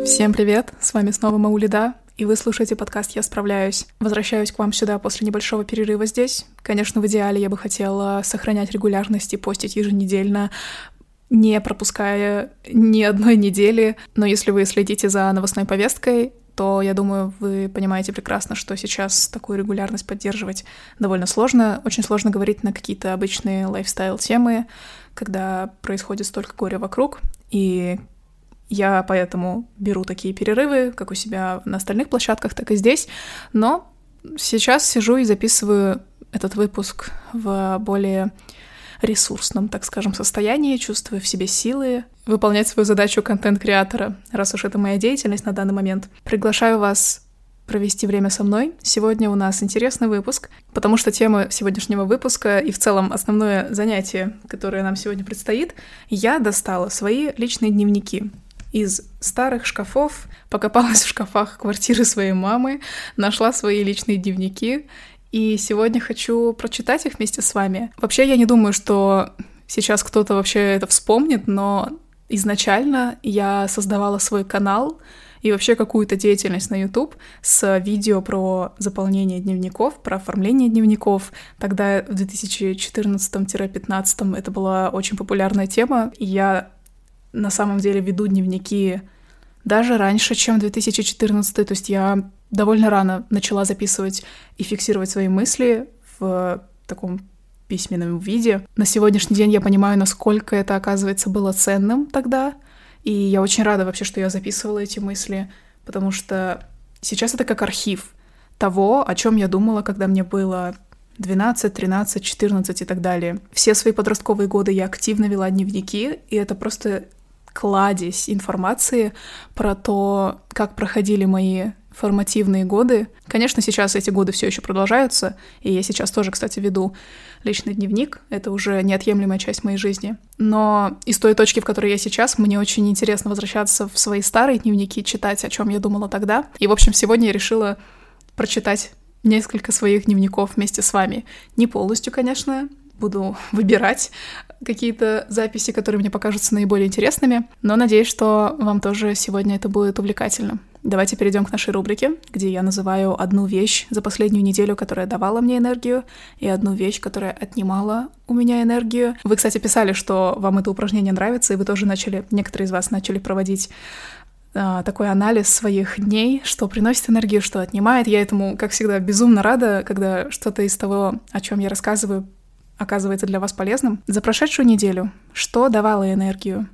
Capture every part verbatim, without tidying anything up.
Всем привет, с вами снова Маулида, и вы слушаете подкаст «Я справляюсь». Возвращаюсь к вам сюда после небольшого перерыва здесь. Конечно, в идеале я бы хотела сохранять регулярность и постить еженедельно, не пропуская ни одной недели. Но если вы следите за новостной повесткой, то, я думаю, вы понимаете прекрасно, что сейчас такую регулярность поддерживать довольно сложно. Очень сложно говорить на какие-то обычные лайфстайл-темы, когда происходит столько горя вокруг, и я поэтому беру такие перерывы, как у себя на остальных площадках, так и здесь. Но сейчас сижу и записываю этот выпуск в более ресурсном, так скажем, состоянии, чувствую в себе силы выполнять свою задачу контент-креатора, раз уж это моя деятельность на данный момент. Приглашаю вас провести время со мной. Сегодня у нас интересный выпуск, потому что тема сегодняшнего выпуска и в целом основное занятие, которое нам сегодня предстоит, я достала свои личные дневники из старых шкафов, покопалась в шкафах квартиры своей мамы, нашла свои личные дневники, и сегодня хочу прочитать их вместе с вами. Вообще, я не думаю, что сейчас кто-то вообще это вспомнит, но изначально я создавала свой канал и вообще какую-то деятельность на YouTube с видео про заполнение дневников, про оформление дневников. Тогда в две тысячи четырнадцатом-пятнадцатом это была очень популярная тема, и я на самом деле веду дневники даже раньше, чем две тысячи четырнадцатый. То есть я довольно рано начала записывать и фиксировать свои мысли в таком письменном виде. На сегодняшний день я понимаю, насколько это, оказывается, было ценным тогда. И я очень рада вообще, что я записывала эти мысли, потому что сейчас это как архив того, о чем я думала, когда мне было двенадцать, тринадцать, четырнадцать и так далее. Все свои подростковые годы я активно вела дневники, и это просто кладезь информации про то, как проходили мои формативные годы. Конечно, сейчас эти годы все еще продолжаются, и я сейчас тоже, кстати, веду личный дневник. Это уже неотъемлемая часть моей жизни. Но из той точки, в которой я сейчас, мне очень интересно возвращаться в свои старые дневники, читать, о чем я думала тогда. И, в общем, сегодня я решила прочитать несколько своих дневников вместе с вами. Не полностью, конечно, буду выбирать какие-то записи, которые мне покажутся наиболее интересными, но надеюсь, что вам тоже сегодня это будет увлекательно. Давайте перейдем к нашей рубрике, где я называю одну вещь за последнюю неделю, которая давала мне энергию, и одну вещь, которая отнимала у меня энергию. Вы, кстати, писали, что вам это упражнение нравится, и вы тоже начали, некоторые из вас начали проводить а, такой анализ своих дней, что приносит энергию, что отнимает. Я этому, как всегда, безумно рада, когда что-то из того, о чем я рассказываю, оказывается для вас полезным. За прошедшую неделю что давало энергию?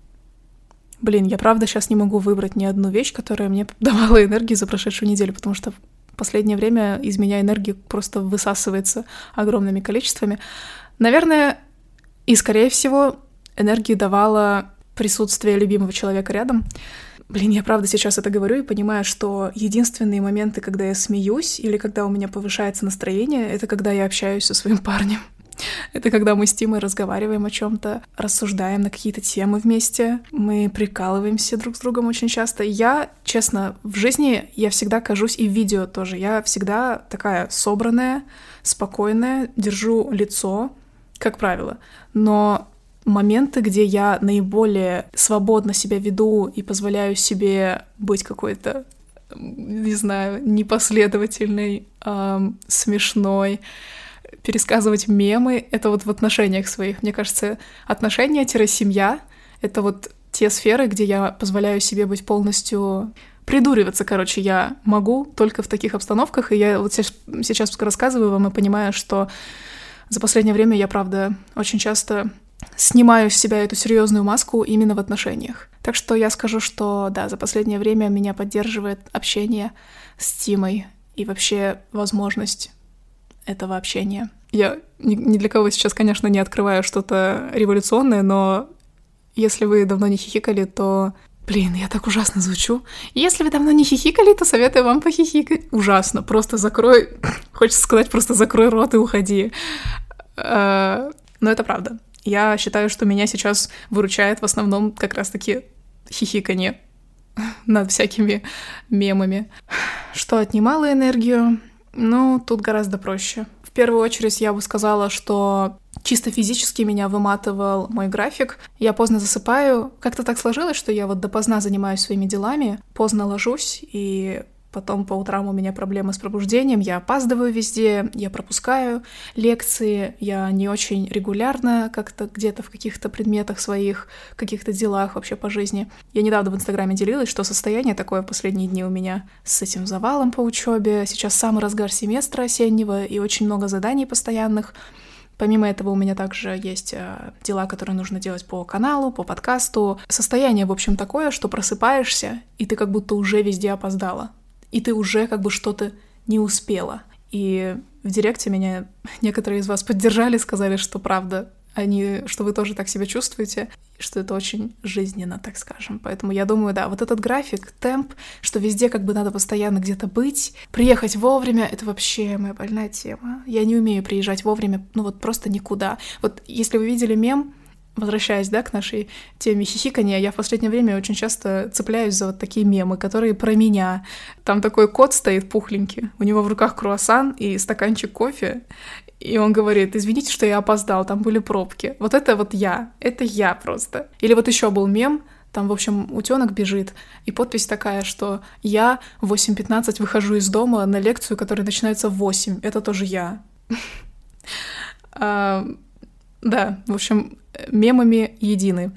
Блин, я правда сейчас не могу выбрать ни одну вещь, которая мне давала энергию за прошедшую неделю, потому что в последнее время из меня энергия просто высасывается огромными количествами. Наверное, и, скорее всего, энергию давало присутствие любимого человека рядом. Блин, я правда сейчас это говорю и понимаю, что единственные моменты, когда я смеюсь или когда у меня повышается настроение, это когда я общаюсь со своим парнем. Это когда мы с Тимой разговариваем о чем-то, рассуждаем на какие-то темы вместе, мы прикалываемся друг с другом очень часто. Я, честно, в жизни я всегда кажусь, и в видео тоже, я всегда такая собранная, спокойная, держу лицо, как правило. Но моменты, где я наиболее свободно себя веду и позволяю себе быть какой-то, не знаю, непоследовательной, эм, смешной, пересказывать мемы, это вот в отношениях своих. Мне кажется, отношения-семья — это вот те сферы, где я позволяю себе быть полностью... Придуриваться, короче, я могу только в таких обстановках, и я вот сейчас рассказываю вам и понимаю, что за последнее время я, правда, очень часто снимаю с себя эту серьезную маску именно в отношениях. Так что я скажу, что да, за последнее время меня поддерживает общение с Тимой и вообще возможность этого общения. Я ни для кого сейчас, конечно, не открываю что-то революционное, но если вы давно не хихикали, то... Блин, я так ужасно звучу. Если вы давно не хихикали, то советую вам похихикать. Ужасно. Просто закрой... Хочется сказать, просто закрой рот и уходи. Но это правда. Я считаю, что меня сейчас выручает в основном как раз-таки хихиканье над всякими мемами. Что отнимало энергию? Ну, тут гораздо проще. В первую очередь я бы сказала, что чисто физически меня выматывал мой график. Я поздно засыпаю. Как-то так сложилось, что я вот допоздна занимаюсь своими делами, поздно ложусь, и потом по утрам у меня проблемы с пробуждением, я опаздываю везде, я пропускаю лекции, я не очень регулярно как-то где-то в каких-то предметах своих, каких-то делах вообще по жизни. Я недавно в Инстаграме делилась, что состояние такое в последние дни у меня с этим завалом по учебе. Сейчас самый разгар семестра осеннего и очень много заданий постоянных. Помимо этого у меня также есть дела, которые нужно делать по каналу, по подкасту. Состояние, в общем, такое, что просыпаешься, и ты как будто уже везде опоздала. И ты уже как бы что-то не успела. И в директе меня некоторые из вас поддержали, сказали, что правда, они, что вы тоже так себя чувствуете, что это очень жизненно, так скажем. Поэтому я думаю, да, вот этот график, темп, что везде как бы надо постоянно где-то быть, приехать вовремя, это вообще моя больная тема. Я не умею приезжать вовремя, ну вот просто никуда. Вот если вы видели мем, возвращаясь, да, к нашей теме хихикания, я в последнее время очень часто цепляюсь за вот такие мемы, которые про меня. Там такой кот стоит пухленький, у него в руках круассан и стаканчик кофе, и он говорит: извините, что я опоздал, там были пробки. Вот это вот я, это я просто. Или вот еще был мем, там, в общем, утенок бежит, и подпись такая, что я в восемь пятнадцать выхожу из дома на лекцию, которая начинается в восемь. Это тоже я. Да, в общем, мемами едины.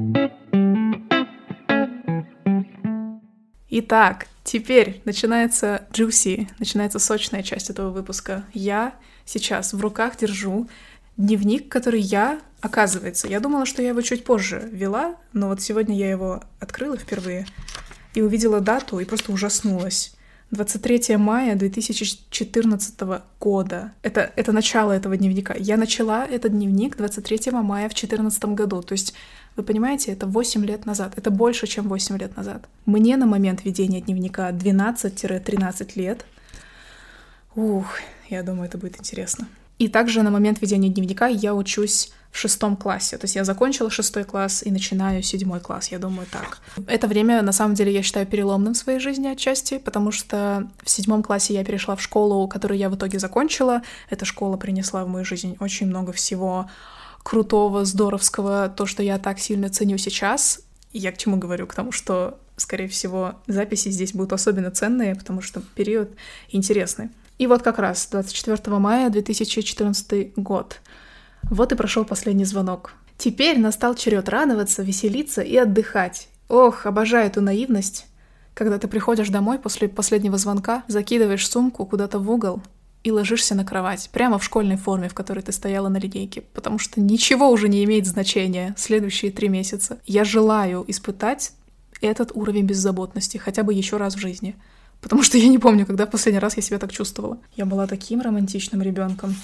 Итак, теперь начинается juicy, начинается сочная часть этого выпуска. Я сейчас в руках держу дневник, который я, оказывается, я думала, что я его чуть позже вела, но вот сегодня я его открыла впервые и увидела дату и просто ужаснулась. двадцать третьего мая две тысячи четырнадцатого года. Это, это начало этого дневника. Я начала этот дневник двадцать третьего мая в две тысячи четырнадцатом году. То есть, вы понимаете, это восемь лет назад. Это больше, чем восемь лет назад. Мне на момент ведения дневника двенадцать-тринадцать лет. Ух, я думаю, это будет интересно. И также на момент ведения дневника я учусь в шестом классе. То есть я закончила шестой класс и начинаю седьмой класс, я думаю, так. Это время, на самом деле, я считаю переломным в своей жизни отчасти, потому что в седьмом классе я перешла в школу, которую я в итоге закончила. Эта школа принесла в мою жизнь очень много всего крутого, здоровского, то, что я так сильно ценю сейчас. И я к чему говорю? К тому, что, скорее всего, записи здесь будут особенно ценные, потому что период интересный. И вот как раз двадцать четвёртого мая две тысячи четырнадцатый год. Вот и прошел последний звонок. Теперь настал черед радоваться, веселиться и отдыхать. Ох, обожаю эту наивность, когда ты приходишь домой после последнего звонка, закидываешь сумку куда-то в угол и ложишься на кровать, прямо в школьной форме, в которой ты стояла на линейке, потому что ничего уже не имеет значения следующие три месяца. Я желаю испытать этот уровень беззаботности хотя бы еще раз в жизни, потому что я не помню, когда в последний раз я себя так чувствовала. Я была таким романтичным ребенком.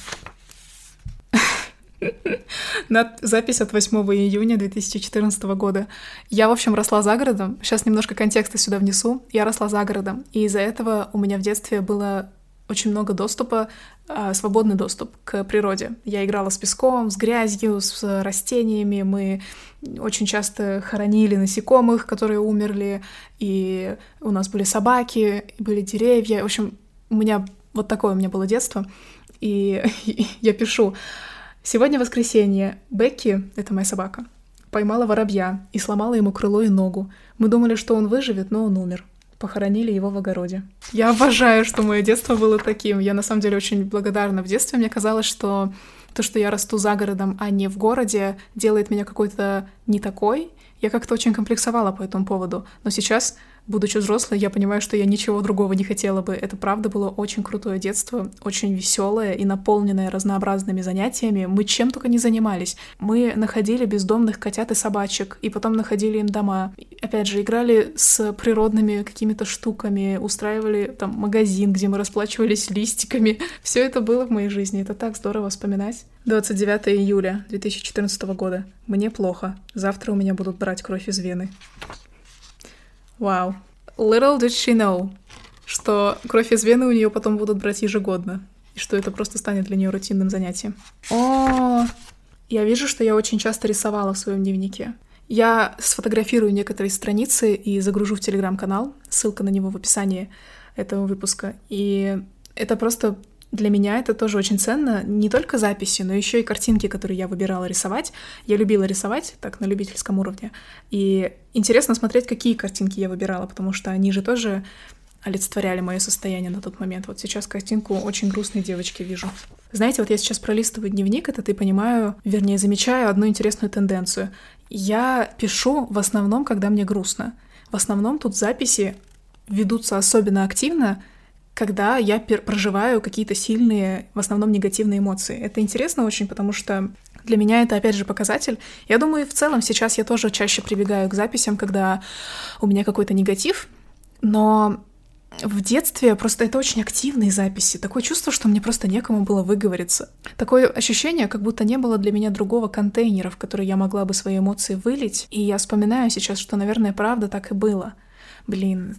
Запись от восьмого июня две тысячи четырнадцатого года. Я, в общем, росла за городом. Сейчас немножко контекста сюда внесу. Я росла за городом, и из-за этого у меня в детстве было очень много доступа, свободный доступ к природе. Я играла с песком, с грязью, с растениями. Мы очень часто хоронили насекомых, которые умерли, и у нас были собаки, были деревья. В общем, у меня вот такое у меня было детство. И я пишу: сегодня воскресенье. Бекки, это моя собака, поймала воробья и сломала ему крыло и ногу. Мы думали, что он выживет, но он умер. Похоронили его в огороде. Я обожаю, что мое детство было таким. Я на самом деле очень благодарна. В детстве мне казалось, что то, что я расту за городом, а не в городе, делает меня какой-то не такой. Я как-то очень комплексовала по этому поводу. Но сейчас, будучи взрослой, я понимаю, что я ничего другого не хотела бы. Это правда было очень крутое детство, очень веселое и наполненное разнообразными занятиями. Мы чем только не занимались. Мы находили бездомных котят и собачек, и потом находили им дома. Опять же, играли с природными какими-то штуками, устраивали там магазин, где мы расплачивались листиками. Все это было в моей жизни. Это так здорово вспоминать. двадцать девятого июля две тысячи четырнадцатого года. Мне плохо. Завтра у меня будут брать кровь из вены. Вау. Little did she know, что кровь из вены у нее потом будут брать ежегодно, и что это просто станет для нее рутинным занятием. О, я вижу, что я очень часто рисовала в своем дневнике. Я сфотографирую некоторые страницы и загружу в Телеграм-канал. Ссылка на него в описании этого выпуска. И это просто Для меня это тоже очень ценно. Не только записи, но еще и картинки, которые я выбирала рисовать. Я любила рисовать так на любительском уровне. И интересно смотреть, какие картинки я выбирала, потому что они же тоже олицетворяли мое состояние на тот момент. Вот сейчас картинку очень грустной девочки вижу. Знаете, вот я сейчас пролистываю дневник этот и понимаю, вернее, замечаю одну интересную тенденцию. Я пишу в основном, когда мне грустно. В основном тут записи ведутся особенно активно, когда я пер- проживаю какие-то сильные, в основном негативные эмоции. Это интересно очень, потому что для меня это, опять же, показатель. Я думаю, в целом сейчас я тоже чаще прибегаю к записям, когда у меня какой-то негатив, но в детстве просто это очень активные записи. Такое чувство, что мне просто некому было выговориться. Такое ощущение, как будто не было для меня другого контейнера, в который я могла бы свои эмоции вылить. И я вспоминаю сейчас, что, наверное, правда так и было. Блин,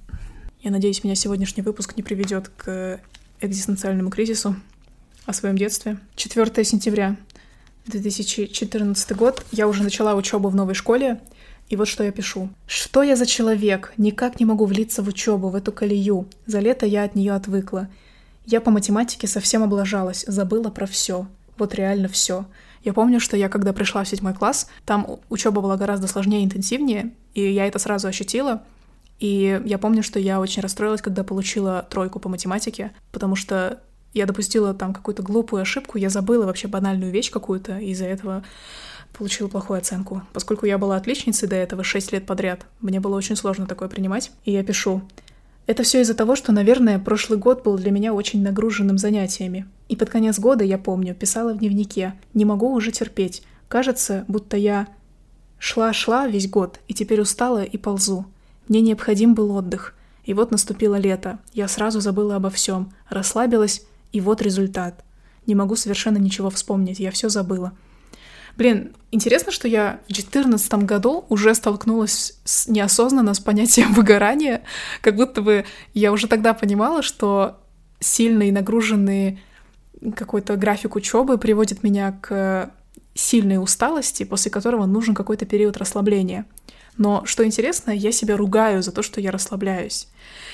я надеюсь, меня сегодняшний выпуск не приведет к экзистенциальному кризису о своем детстве. четвёртого сентября две тысячи четырнадцатый год. Я уже начала учебу в новой школе. И вот что я пишу. Что я за человек? Никак не могу влиться в учебу, в эту колею. За лето я от нее отвыкла. Я по математике совсем облажалась, забыла про все. Вот реально все. Я помню, что я, когда пришла в седьмой класс, там учеба была гораздо сложнее и интенсивнее, и я это сразу ощутила. И я помню, что я очень расстроилась, когда получила тройку по математике, потому что я допустила там какую-то глупую ошибку, я забыла вообще банальную вещь какую-то, и из-за этого получила плохую оценку. Поскольку я была отличницей до этого шесть лет подряд, мне было очень сложно такое принимать. И я пишу. Это все из-за того, что, наверное, прошлый год был для меня очень нагруженным занятиями. И под конец года, я помню, писала в дневнике. Не могу уже терпеть. Кажется, будто я шла-шла весь год, и теперь устала и ползу. Мне необходим был отдых. И вот наступило лето. Я сразу забыла обо всем. Расслабилась, и вот результат. Не могу совершенно ничего вспомнить. Я все забыла. Блин, интересно, что я в четырнадцатом году уже столкнулась с, неосознанно с понятием выгорания, как будто бы я уже тогда понимала, что сильный нагруженный какой-то график учебы приводит меня к сильной усталости, после которого нужен какой-то период расслабления. Но, что интересно, я себя ругаю за то, что я расслабляюсь.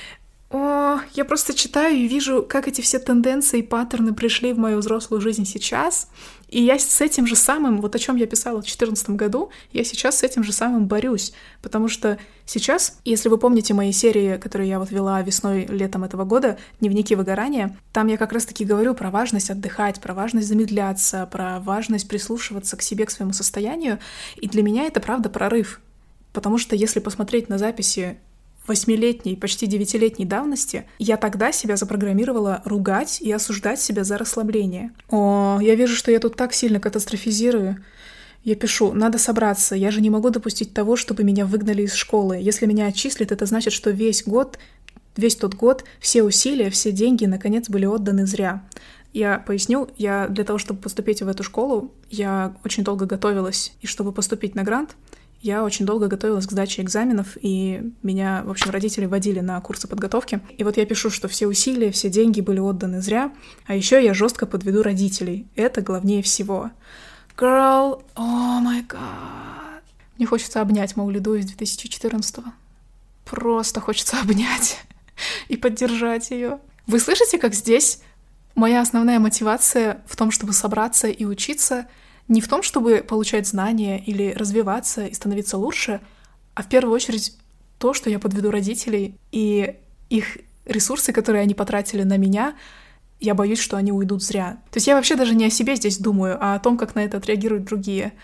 О, я просто читаю и вижу, как эти все тенденции и паттерны пришли в мою взрослую жизнь сейчас, и я с этим же самым, вот о чем я писала в две тысячи четырнадцатом году, я сейчас с этим же самым борюсь, потому что сейчас, если вы помните мои серии, которые я вот вела весной, летом этого года, «Дневники выгорания», там я как раз-таки говорю про важность отдыхать, про важность замедляться, про важность прислушиваться к себе, к своему состоянию, и для меня это, правда, прорыв, потому что если посмотреть на записи восьмилетней, почти девятилетней давности, я тогда себя запрограммировала ругать и осуждать себя за расслабление. О, я вижу, что я тут так сильно катастрофизирую. Я пишу, надо собраться, я же не могу допустить того, чтобы меня выгнали из школы. Если меня отчислят, это значит, что весь год, весь тот год, все усилия, все деньги, наконец, были отданы зря. Я поясню, я для того, чтобы поступить в эту школу, я очень долго готовилась, и чтобы поступить на грант, я очень долго готовилась к сдаче экзаменов, и меня, в общем, родители водили на курсы подготовки. И вот я пишу, что все усилия, все деньги были отданы зря, а еще я жестко подведу родителей. Это главнее всего. Girl, oh my god. Мне хочется обнять Маулиду из две тысячи четырнадцатого. Просто хочется обнять и поддержать ее. Вы слышите, как здесь моя основная мотивация в том, чтобы собраться и учиться, не в том, чтобы получать знания или развиваться и становиться лучше, а в первую очередь то, что я подведу родителей, и их ресурсы, которые они потратили на меня, я боюсь, что они уйдут зря. То есть я вообще даже не о себе здесь думаю, а о том, как на это отреагируют другие.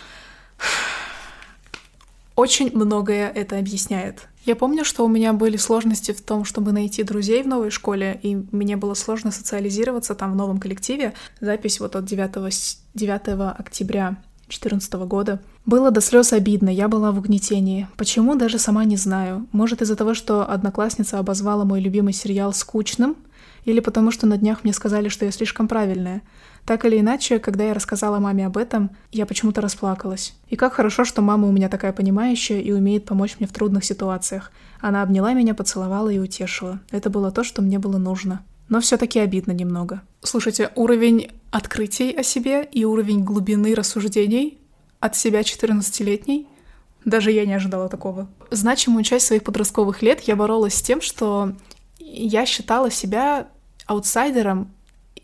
Очень многое это объясняет. Я помню, что у меня были сложности в том, чтобы найти друзей в новой школе, и мне было сложно социализироваться там в новом коллективе. Запись вот от девятого октября две тысячи четырнадцатого года. Было до слез обидно, я была в угнетении. Почему, даже сама не знаю. Может, из-за того, что одноклассница обозвала мой любимый сериал скучным, или потому что на днях мне сказали, что я слишком правильная. Так или иначе, когда я рассказала маме об этом, я почему-то расплакалась. И как хорошо, что мама у меня такая понимающая и умеет помочь мне в трудных ситуациях. Она обняла меня, поцеловала и утешила. Это было то, что мне было нужно. Но все-таки обидно немного. Слушайте, уровень открытий о себе и уровень глубины рассуждений от себя четырнадцатилетней, даже я не ожидала такого. Значимую часть своих подростковых лет я боролась с тем, что я считала себя аутсайдером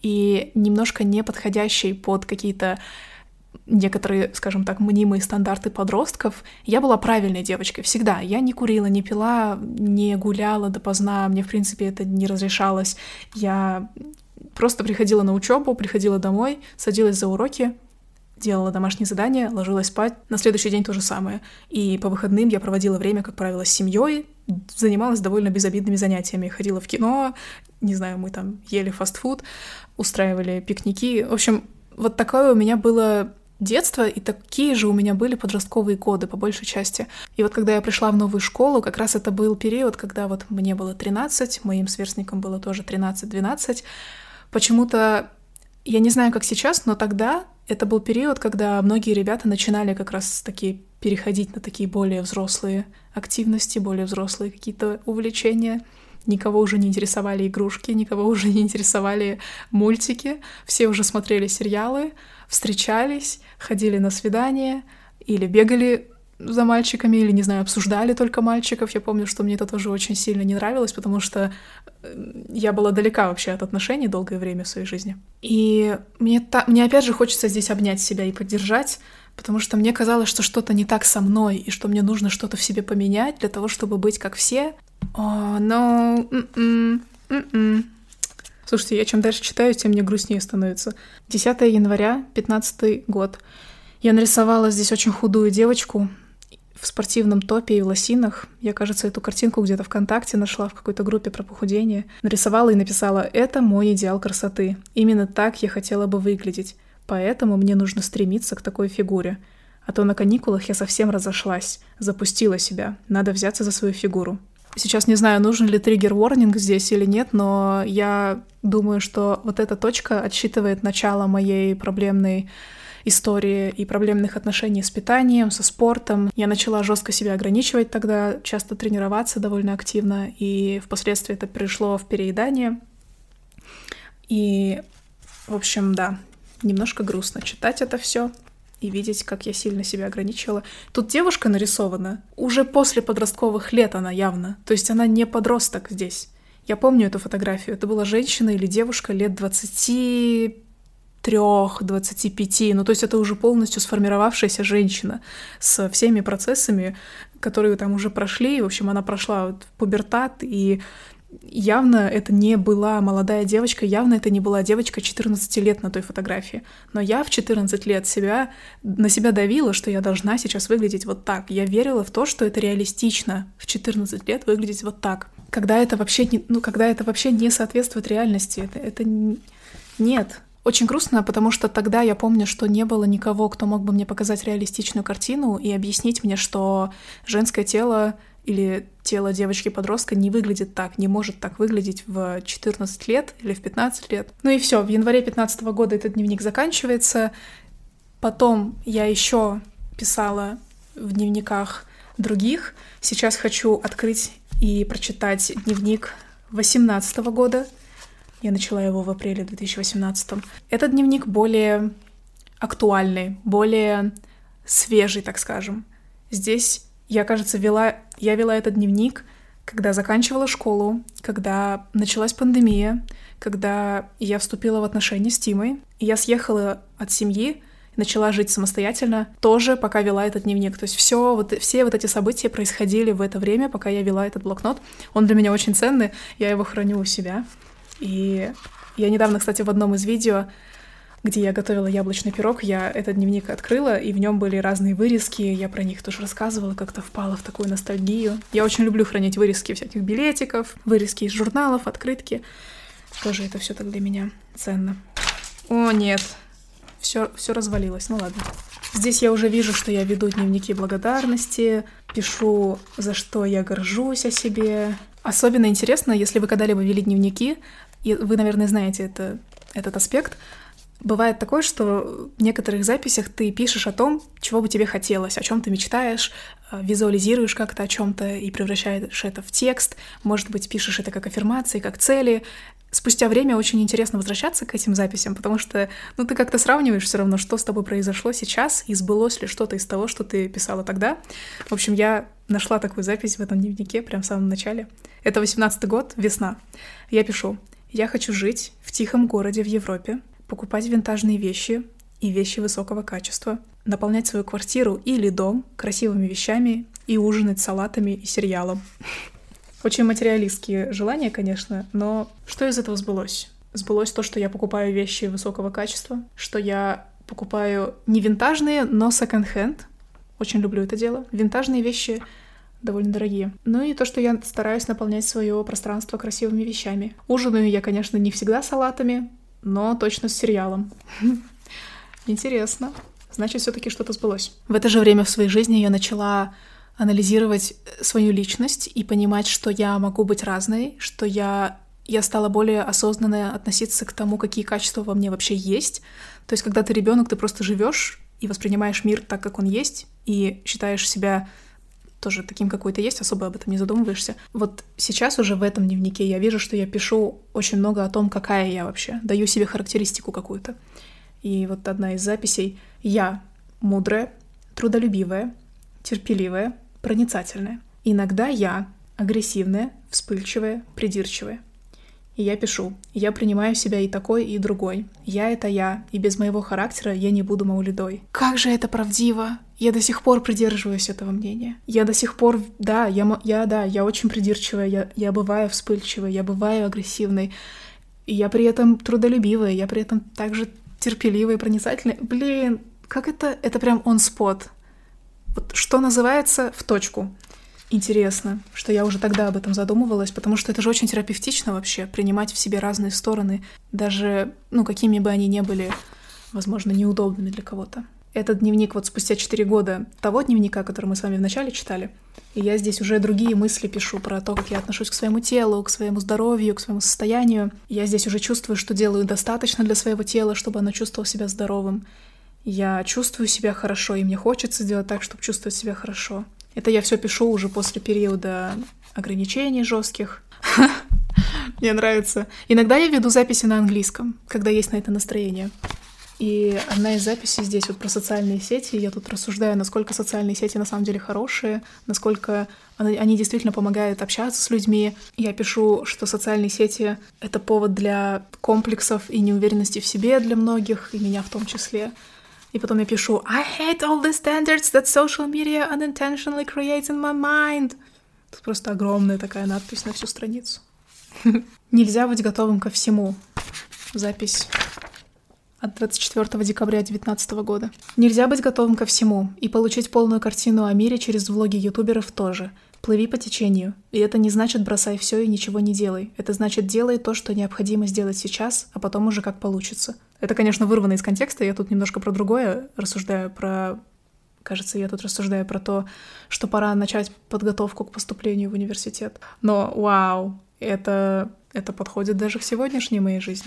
и немножко не подходящей под какие-то некоторые, скажем так, мнимые стандарты подростков, я была правильной девочкой всегда. Я не курила, не пила, не гуляла допоздна, мне, в принципе, это не разрешалось. Я просто приходила на учебу, приходила домой, садилась за уроки, делала домашние задания, ложилась спать. На следующий день то же самое. И по выходным я проводила время, как правило, с семьей, занималась довольно безобидными занятиями. Ходила в кино, не знаю, мы там ели фастфуд, устраивали пикники. В общем, вот такое у меня было детство, и такие же у меня были подростковые годы, по большей части. И вот когда я пришла в новую школу, как раз это был период, когда вот мне было тринадцать, моим сверстникам было тоже тринадцать-двенадцать. Почему-то, я не знаю, как сейчас, но тогда это был период, когда многие ребята начинали как раз таки переходить на такие более взрослые активности, более взрослые какие-то увлечения. Никого уже не интересовали игрушки, никого уже не интересовали мультики. Все уже смотрели сериалы, встречались, ходили на свидания или бегали за мальчиками, или, не знаю, обсуждали только мальчиков. Я помню, что мне это тоже очень сильно не нравилось, потому что я была далека вообще от отношений долгое время в своей жизни. И мне, та... мне опять же хочется здесь обнять себя и поддержать, потому что мне казалось, что что-то не так со мной, и что мне нужно что-то в себе поменять для того, чтобы быть как все. О, но... м-м, м-м. Слушайте, я чем дальше читаю, тем мне грустнее становится. десятого января, пятнадцатый год. Я нарисовала здесь очень худую девочку в спортивном топе и в лосинах. Я, кажется, эту картинку где-то ВКонтакте нашла в какой-то группе про похудение. Нарисовала и написала: «Это мой идеал красоты. Именно так я хотела бы выглядеть. Поэтому мне нужно стремиться к такой фигуре. А то на каникулах я совсем разошлась. Запустила себя. Надо взяться за свою фигуру». Сейчас не знаю, нужен ли триггер-ворнинг здесь или нет, но я думаю, что вот эта точка отсчитывает начало моей проблемной истории и проблемных отношений с питанием, со спортом. Я начала жестко себя ограничивать тогда, часто тренироваться довольно активно, и впоследствии это перешло в переедание. И, в общем, да, немножко грустно читать это все и видеть, как я сильно себя ограничивала. Тут девушка нарисована. Уже после подростковых лет она явно. То есть она не подросток здесь. Я помню эту фотографию. Это была женщина или девушка лет двадцати трёх, двадцати пяти. Ну, то есть это уже полностью сформировавшаяся женщина с всеми процессами, которые там уже прошли. В общем, она прошла вот пубертат, и явно это не была молодая девочка, явно это не была девочка четырнадцати лет на той фотографии. Но я в четырнадцать лет себя, на себя давила, что я должна сейчас выглядеть вот так. Я верила в то, что это реалистично в четырнадцать лет выглядеть вот так. Когда это вообще не, ну, когда это вообще не соответствует реальности. Это, это нет. Очень грустно, потому что тогда я помню, что не было никого, кто мог бы мне показать реалистичную картину и объяснить мне, что женское тело или тело девочки-подростка не выглядит так, не может так выглядеть в четырнадцать лет или в пятнадцать лет. Ну и все, в январе пятнадцатого года этот дневник заканчивается. Потом я еще писала в дневниках других. Сейчас хочу открыть и прочитать дневник восемнадцатого года. Я начала его в апреле две тысячи восемнадцатом. Этот дневник более актуальный, более свежий, так скажем. Здесь я, кажется, вела... я вела этот дневник, когда заканчивала школу, когда началась пандемия, когда я вступила в отношения с Тимой, и я съехала от семьи, начала жить самостоятельно, тоже пока вела этот дневник. То есть все вот, все вот эти события происходили в это время, пока я вела этот блокнот. Он для меня очень ценный, я его храню у себя. И я недавно, кстати, в одном из видео, где я готовила яблочный пирог, я этот дневник открыла, и в нем были разные вырезки, я про них тоже рассказывала, как-то впала в такую ностальгию. Я очень люблю хранить вырезки всяких билетиков, вырезки из журналов, открытки. Тоже это все так для меня ценно. О, нет, все, все развалилось, ну ладно. Здесь я уже вижу, что я веду дневники благодарности, пишу, за что я горжусь о себе. Особенно интересно, если вы когда-либо вели дневники, и вы, наверное, знаете это, этот аспект. Бывает такое, что в некоторых записях ты пишешь о том, чего бы тебе хотелось, о чем ты мечтаешь, визуализируешь как-то о чем-то и превращаешь это в текст. Может быть, пишешь это как аффирмации, как цели. Спустя время очень интересно возвращаться к этим записям, потому что ну, ты как-то сравниваешь все равно, что с тобой произошло сейчас, и сбылось ли что-то из того, что ты писала тогда. В общем, я нашла такую запись в этом дневнике прямо в самом начале. Это восемнадцатый год, весна. Я пишу: Я хочу жить в тихом городе в Европе, покупать винтажные вещи и вещи высокого качества, наполнять свою квартиру или дом красивыми вещами и ужинать салатами и сериалом. Очень материалистские желания, конечно, но что из этого сбылось? Сбылось то, что я покупаю вещи высокого качества, что я покупаю не винтажные, но секонд-хенд. Очень люблю это дело. Винтажные вещи довольно дорогие. Ну и то, что я стараюсь наполнять свое пространство красивыми вещами. Ужинаю я, конечно, не всегда салатами, но точно с сериалом. Интересно. Значит, все-таки что-то сбылось. В это же время в своей жизни я начала анализировать свою личность и понимать, что я могу быть разной, что я, я стала более осознанно относиться к тому, какие качества во мне вообще есть. То есть, когда ты ребенок, ты просто живешь и воспринимаешь мир так, как он есть, и считаешь себя тоже таким, какой ты есть, особо об этом не задумываешься. Вот сейчас уже в этом дневнике я вижу, что я пишу очень много о том, какая я вообще, даю себе характеристику какую-то. И вот одна из записей: «Я мудрая, трудолюбивая, терпеливая, проницательная. Иногда я агрессивная, вспыльчивая, придирчивая». И я пишу: «Я принимаю себя и такой, и другой. Я — это я, и без моего характера я не буду маулидой». Как же это правдиво! Я до сих пор придерживаюсь этого мнения. Я до сих пор, да, я, я, да, я очень придирчивая, я, я бываю вспыльчивой, я бываю агрессивной, и я при этом трудолюбивая, я при этом также терпеливая и проницательная. Блин, как это? Это прям on spot. Вот что называется, в точку. Интересно, что я уже тогда об этом задумывалась, потому что это же очень терапевтично вообще, принимать в себе разные стороны, даже, ну, какими бы они ни были, возможно, неудобными для кого-то. Этот дневник вот спустя четыре года того дневника, который мы с вами вначале читали, и я здесь уже другие мысли пишу про то, как я отношусь к своему телу, к своему здоровью, к своему состоянию. Я здесь уже чувствую, что делаю достаточно для своего тела, чтобы оно чувствовало себя здоровым. Я чувствую себя хорошо, и мне хочется делать так, чтобы чувствовать себя хорошо. Это я все пишу уже после периода ограничений жестких. Мне нравится. Иногда я веду записи на английском, когда есть на это настроение. И одна из записей здесь вот про социальные сети. Я тут рассуждаю, насколько социальные сети на самом деле хорошие, насколько они действительно помогают общаться с людьми. Я пишу, что социальные сети — это повод для комплексов и неуверенности в себе для многих, и меня в том числе. И потом я пишу: I hate all the standards that social media unintentionally creates in my mind. Тут просто огромная такая надпись на всю страницу. Нельзя быть готовым ко всему. Запись от двадцать четвёртого декабря две тысячи девятнадцатого года. Нельзя быть готовым ко всему и получить полную картину о мире через влоги ютуберов тоже. Плыви по течению. И это не значит бросай все и ничего не делай. Это значит делай то, что необходимо сделать сейчас, а потом уже как получится. Это, конечно, вырвано из контекста, я тут немножко про другое рассуждаю, про... Кажется, я тут рассуждаю про то, что пора начать подготовку к поступлению в университет. Но, вау, это, это подходит даже к сегодняшней моей жизни.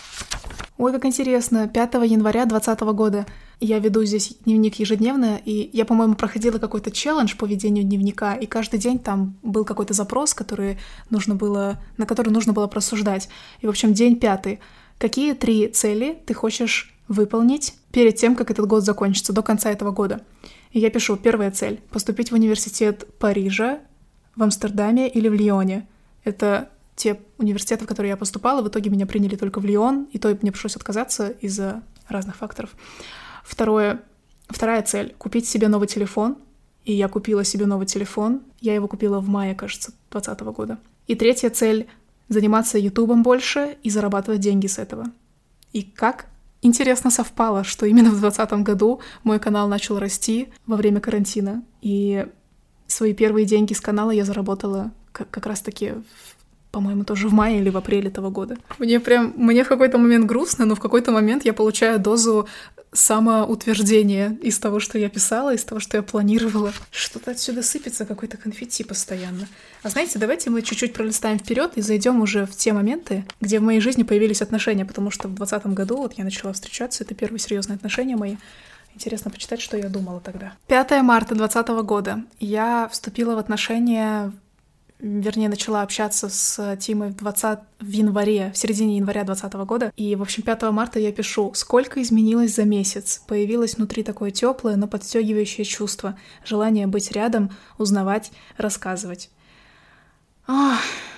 Ой, как интересно, пятого января двадцатого года я веду здесь дневник ежедневно, и я, по-моему, проходила какой-то челлендж по ведению дневника, и каждый день там был какой-то запрос, который нужно было, на который нужно было просуждать. И, в общем, день пятый. Какие три цели ты хочешь выполнить перед тем, как этот год закончится, до конца этого года? И я пишу: первая цель — поступить в университет Парижа, в Амстердаме или в Лионе. Это те университеты, в которые я поступала, в итоге меня приняли только в Лион, и то мне пришлось отказаться из-за разных факторов. Второе, вторая цель — купить себе новый телефон, и я купила себе новый телефон. Я его купила в мае, кажется, двадцатого года. И третья цель — заниматься ютубом больше и зарабатывать деньги с этого. И как интересно совпало, что именно в двадцатом году мой канал начал расти во время карантина, и свои первые деньги с канала я заработала как, как раз-таки по-моему, тоже в мае или в апреле того года. Мне прям, мне в какой-то момент грустно, но в какой-то момент я получаю дозу самоутверждения из того, что я писала, из того, что я планировала. Что-то отсюда сыпется, какой-то конфетти постоянно. А знаете, давайте мы чуть-чуть пролистаем вперед и зайдем уже в те моменты, где в моей жизни появились отношения, потому что в двадцатом году вот я начала встречаться, это первые серьезные отношения мои. Интересно почитать, что я думала тогда. пятого марта двадцатого года я вступила в отношения, вернее, начала общаться с Тимой в, двадцатом в январе, в середине января двадцатого года. И, в общем, пятого марта я пишу: сколько изменилось за месяц. Появилось внутри такое теплое, но подстегивающее чувство. Желание быть рядом, узнавать, рассказывать. Ох,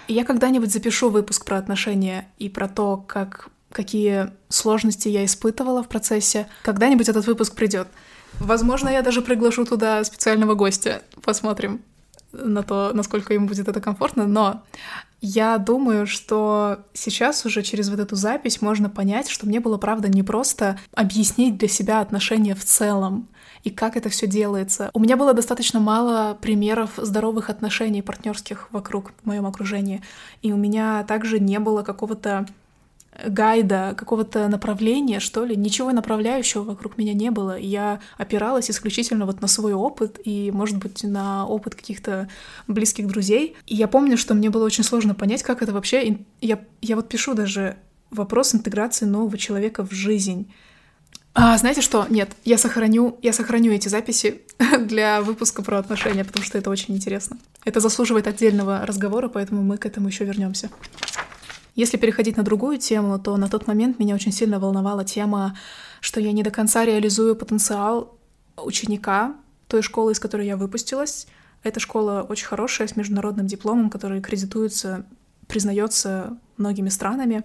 Я когда-нибудь запишу выпуск про отношения и про то, как, какие сложности я испытывала в процессе. Когда-нибудь этот выпуск придет. Возможно, я даже приглашу туда специального гостя. Посмотрим на то, насколько ему будет это комфортно. Но я думаю, что сейчас уже через вот эту запись можно понять, что мне было, правда, не просто объяснить для себя отношения в целом и как это все делается. У меня было достаточно мало примеров здоровых отношений партнерских вокруг в моем окружении. И у меня также не было какого-то гайда, какого-то направления, что ли. Ничего направляющего вокруг меня не было. Я опиралась исключительно вот на свой опыт и, может быть, на опыт каких-то близких друзей. И я помню, что мне было очень сложно понять, как это вообще... Я, я вот пишу даже вопрос интеграции нового человека в жизнь. А, знаете что? Нет, я сохраню, я сохраню эти записи для выпуска про отношения, потому что это очень интересно. Это заслуживает отдельного разговора, поэтому мы к этому еще вернемся. Если переходить на другую тему, то на тот момент меня очень сильно волновала тема, что я не до конца реализую потенциал ученика той школы, из которой я выпустилась. Эта школа очень хорошая, с международным дипломом, который кредитуется, признается многими странами.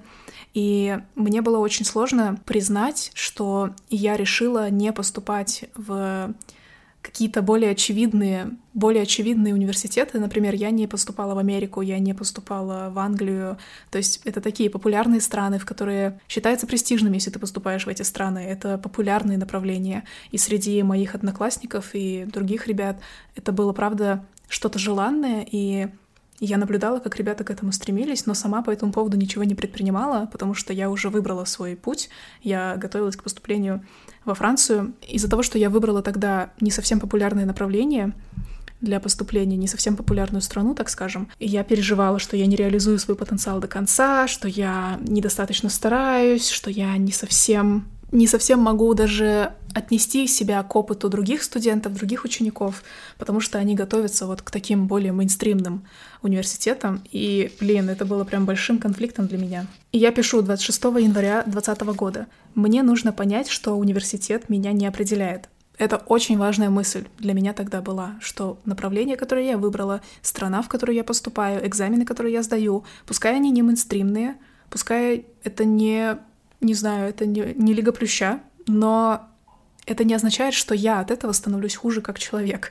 И мне было очень сложно признать, что я решила не поступать в какие-то более очевидные, более очевидные университеты. Например, я не поступала в Америку, я не поступала в Англию. То есть это такие популярные страны, в которые считаются престижными, если ты поступаешь в эти страны. Это популярные направления. И среди моих одноклассников и других ребят это было, правда, что-то желанное, и я наблюдала, как ребята к этому стремились, но сама по этому поводу ничего не предпринимала, потому что я уже выбрала свой путь, я готовилась к поступлению во Францию. Из-за того, что я выбрала тогда не совсем популярное направление для поступления, не совсем популярную страну, так скажем, и я переживала, что я не реализую свой потенциал до конца, что я недостаточно стараюсь, что я не совсем... не совсем могу даже отнести себя к опыту других студентов, других учеников, потому что они готовятся вот к таким более мейнстримным университетам. И, блин, это было прям большим конфликтом для меня. И я пишу двадцать шестого января двадцатого года. Мне нужно понять, что университет меня не определяет. Это очень важная мысль для меня тогда была, что направление, которое я выбрала, страна, в которую я поступаю, экзамены, которые я сдаю, пускай они не мейнстримные, пускай это не... Не знаю, это не, не Лига Плюща, но это не означает, что я от этого становлюсь хуже как человек.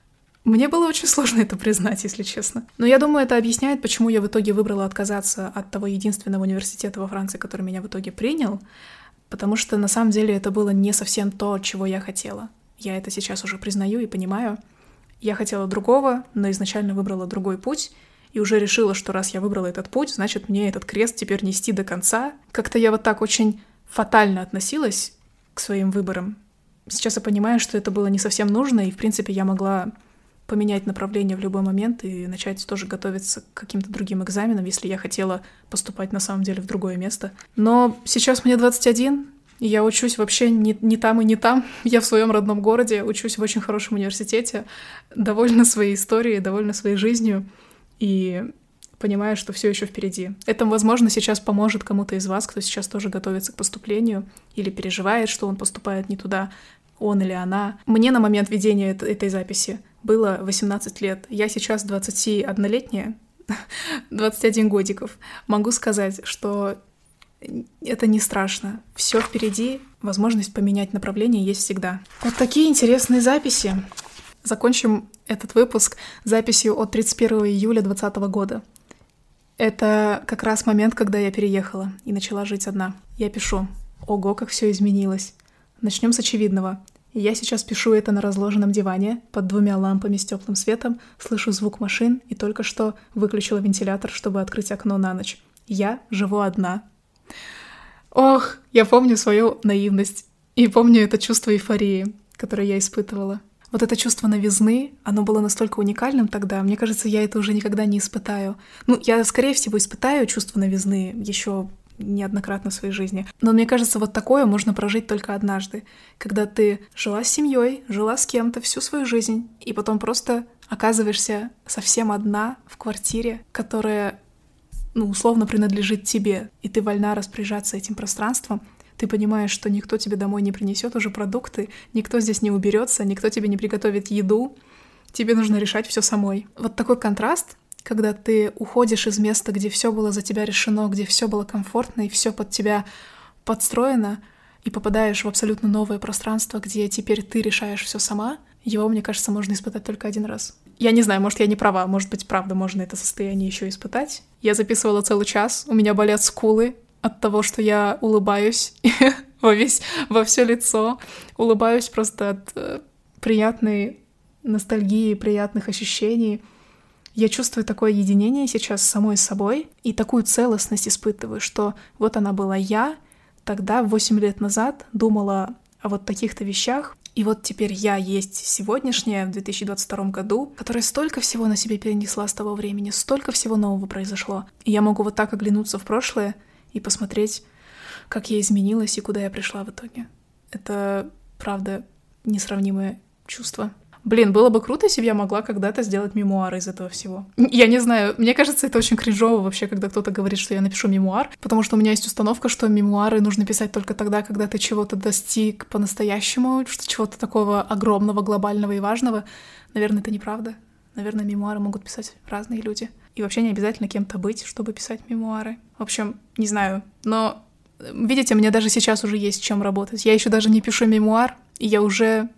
Мне было очень сложно это признать, если честно. Но я думаю, это объясняет, почему я в итоге выбрала отказаться от того единственного университета во Франции, который меня в итоге принял, потому что на самом деле это было не совсем то, чего я хотела. Я это сейчас уже признаю и понимаю. Я хотела другого, но изначально выбрала другой путь, и уже решила, что раз я выбрала этот путь, значит, мне этот крест теперь нести до конца. Как-то я вот так очень фатально относилась к своим выборам. Сейчас я понимаю, что это было не совсем нужно, и, в принципе, я могла поменять направление в любой момент и начать тоже готовиться к каким-то другим экзаменам, если я хотела поступать на самом деле в другое место. Но сейчас мне двадцать один, и я учусь вообще не, не там и не там. Я в своем родном городе, учусь в очень хорошем университете, довольна своей историей, довольна своей жизнью. И понимаю, что все еще впереди. Это, возможно, сейчас поможет кому-то из вас, кто сейчас тоже готовится к поступлению или переживает, что он поступает не туда, он или она. Мне на момент ведения этой записи было восемнадцать лет. Я сейчас двадцатиоднолетняя, двадцать один годиков. Могу сказать, что это не страшно. Все впереди, возможность поменять направление есть всегда. Вот такие интересные записи. Закончим этот выпуск записью от тридцать первого июля двадцатого года. Это как раз момент, когда я переехала и начала жить одна. Я пишу: ого, как все изменилось. Начнем с очевидного. Я сейчас пишу это на разложенном диване, под двумя лампами с теплым светом, слышу звук машин и только что выключила вентилятор, чтобы открыть окно на ночь. Я живу одна. Ох, я помню свою наивность и помню это чувство эйфории, которое я испытывала. Вот это чувство новизны, оно было настолько уникальным тогда. Мне кажется, я это уже никогда не испытаю. Ну, я, скорее всего, испытаю чувство новизны еще неоднократно в своей жизни. Но мне кажется, вот такое можно прожить только однажды. Когда ты жила с семьей, жила с кем-то всю свою жизнь, и потом просто оказываешься совсем одна в квартире, которая, ну, условно принадлежит тебе, и ты вольна распоряжаться этим пространством. Ты понимаешь, что никто тебе домой не принесет уже продукты, никто здесь не уберется, никто тебе не приготовит еду. Тебе нужно решать все самой. Вот такой контраст когда ты уходишь из места, где все было за тебя решено, где все было комфортно и все под тебя подстроено, и попадаешь в абсолютно новое пространство, где теперь ты решаешь все сама, его, мне кажется, можно испытать только один раз. Я не знаю, может, я не права, может быть, правда, можно это состояние еще испытать. Я записывала целый час, у меня болят скулы от того, что я улыбаюсь во весь, во все лицо, улыбаюсь просто от э, приятной ностальгии, приятных ощущений. Я чувствую такое единение сейчас с самой собой и такую целостность испытываю, что вот она была я, тогда, восемь лет назад, думала о вот таких-то вещах, и вот теперь я есть сегодняшняя в две тысячи двадцать втором году, которая столько всего на себе перенесла с того времени, столько всего нового произошло. И я могу вот так оглянуться в прошлое и посмотреть, как я изменилась и куда я пришла в итоге. Это, правда, несравнимое чувство. Блин, было бы круто, если бы я могла когда-то сделать мемуары из этого всего. Я не знаю, мне кажется, это очень кринжово вообще, когда кто-то говорит, что я напишу мемуар, потому что у меня есть установка, что мемуары нужно писать только тогда, когда ты чего-то достиг по-настоящему, что чего-то такого огромного, глобального и важного. Наверное, это неправда. Наверное, мемуары могут писать разные люди. И вообще не обязательно кем-то быть, чтобы писать мемуары. В общем, не знаю, но, видите, мне даже сейчас уже есть с чем работать. Я еще даже не пишу мемуар, и я уже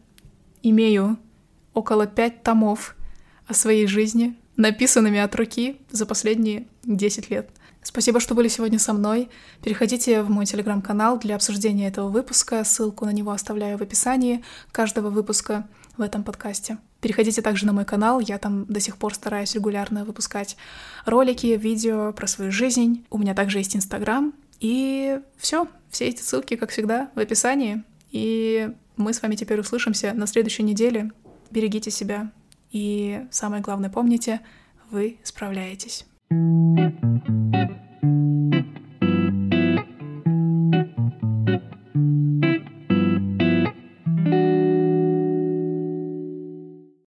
имею около пять томов о своей жизни, написанными от руки за последние десять лет. Спасибо, что были сегодня со мной. Переходите в мой телеграм-канал для обсуждения этого выпуска. Ссылку на него оставляю в описании каждого выпуска в этом подкасте. Переходите также на мой канал. Я там до сих пор стараюсь регулярно выпускать ролики, видео про свою жизнь. У меня также есть Инстаграм. И все. Все эти ссылки, как всегда, в описании. И мы с вами теперь услышимся на следующей неделе. Берегите себя и, самое главное, помните, вы справляетесь.